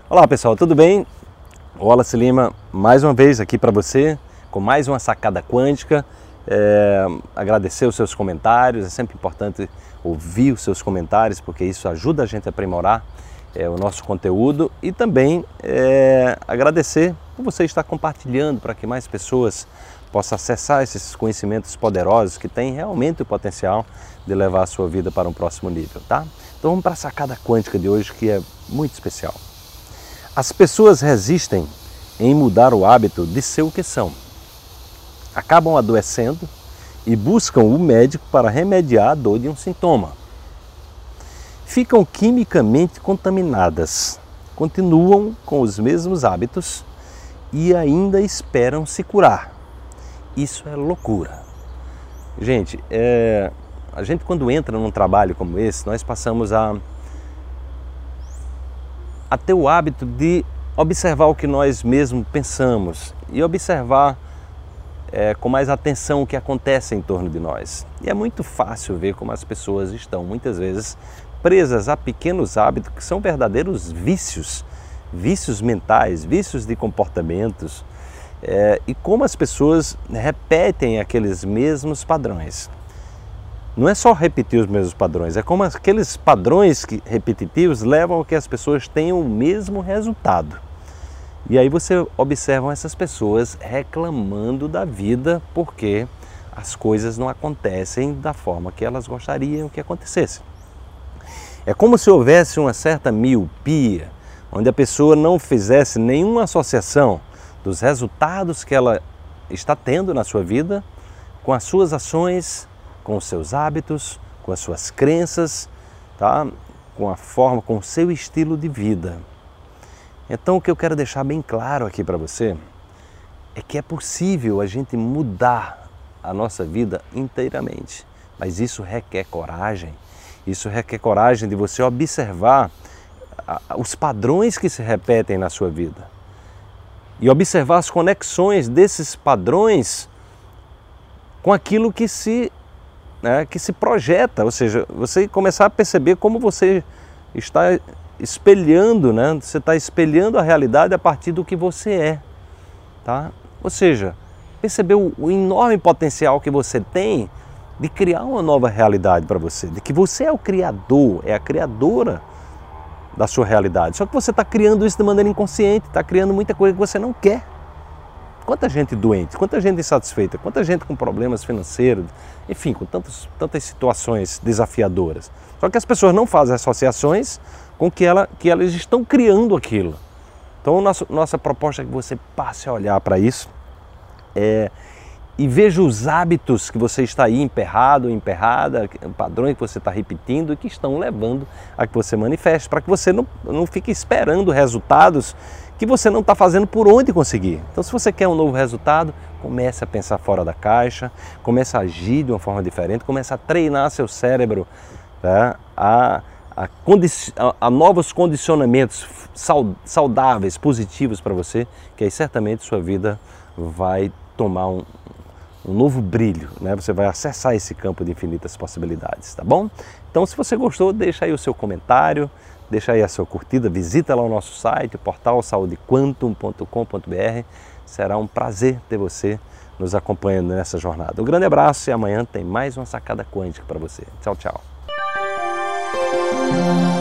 Olá pessoal, tudo bem? O Wallace Lima mais uma vez aqui para você com mais uma sacada quântica. Agradecer os seus comentários, é sempre importante ouvir os seus comentários porque isso ajuda a gente a aprimorar o nosso conteúdo e também agradecer por você estar compartilhando para que mais pessoas possam acessar esses conhecimentos poderosos que têm realmente o potencial de levar a sua vida para um próximo nível, tá? Então vamos para a sacada quântica de hoje que é muito especial. As pessoas resistem em mudar o hábito de ser o que são. Acabam adoecendo e buscam o médico para remediar a dor de um sintoma. Ficam quimicamente contaminadas, continuam com os mesmos hábitos e ainda esperam se curar. Isso é loucura. Gente, a gente quando entra num trabalho como esse, nós passamos a ter o hábito de observar o que nós mesmos pensamos e observar com mais atenção o que acontece em torno de nós. E é muito fácil ver como as pessoas estão, muitas vezes, presas a pequenos hábitos que são verdadeiros vícios, vícios mentais, vícios de comportamentos, e como as pessoas repetem aqueles mesmos padrões. Não é só repetir os mesmos padrões, é como aqueles padrões repetitivos levam a que as pessoas tenham o mesmo resultado. E aí você observa essas pessoas reclamando da vida porque as coisas não acontecem da forma que elas gostariam que acontecesse. É como se houvesse uma certa miopia, onde a pessoa não fizesse nenhuma associação dos resultados que ela está tendo na sua vida com as suas ações, com os seus hábitos, com as suas crenças, tá? Com a forma, com o seu estilo de vida. Então o que eu quero deixar bem claro aqui para você é que é possível a gente mudar a nossa vida inteiramente, mas isso requer coragem. Isso requer coragem de você observar os padrões que se repetem na sua vida e observar as conexões desses padrões com aquilo que se projeta, ou seja, você começar a perceber como você está espelhando, você está espelhando a realidade a partir do que você é, tá? Ou seja, perceber o enorme potencial que você tem de criar uma nova realidade para você, de que você é o criador, é a criadora da sua realidade, só que você está criando isso de maneira inconsciente, está criando muita coisa que você não quer. Quanta gente doente, quanta gente insatisfeita, quanta gente com problemas financeiros, enfim, com tantas situações desafiadoras. Só que as pessoas não fazem associações com que elas estão criando aquilo. Então, nossa proposta é que você passe a olhar para isso e veja os hábitos que você está aí emperrado, emperrada, padrões que você está repetindo e que estão levando a que você manifeste, para que você não fique esperando resultados que você não está fazendo por onde conseguir. Então, se você quer um novo resultado, comece a pensar fora da caixa, comece a agir de uma forma diferente, comece a treinar seu cérebro, tá? a novos condicionamentos saudáveis, positivos para você, que aí certamente sua vida vai tomar um novo brilho, Você vai acessar esse campo de infinitas possibilidades, tá bom? Então, se você gostou, deixa aí o seu comentário, deixa aí a sua curtida, visita lá o nosso site, o portal saudequantum.com.br. Será um prazer ter você nos acompanhando nessa jornada. Um grande abraço e amanhã tem mais uma sacada quântica para você. Tchau, tchau.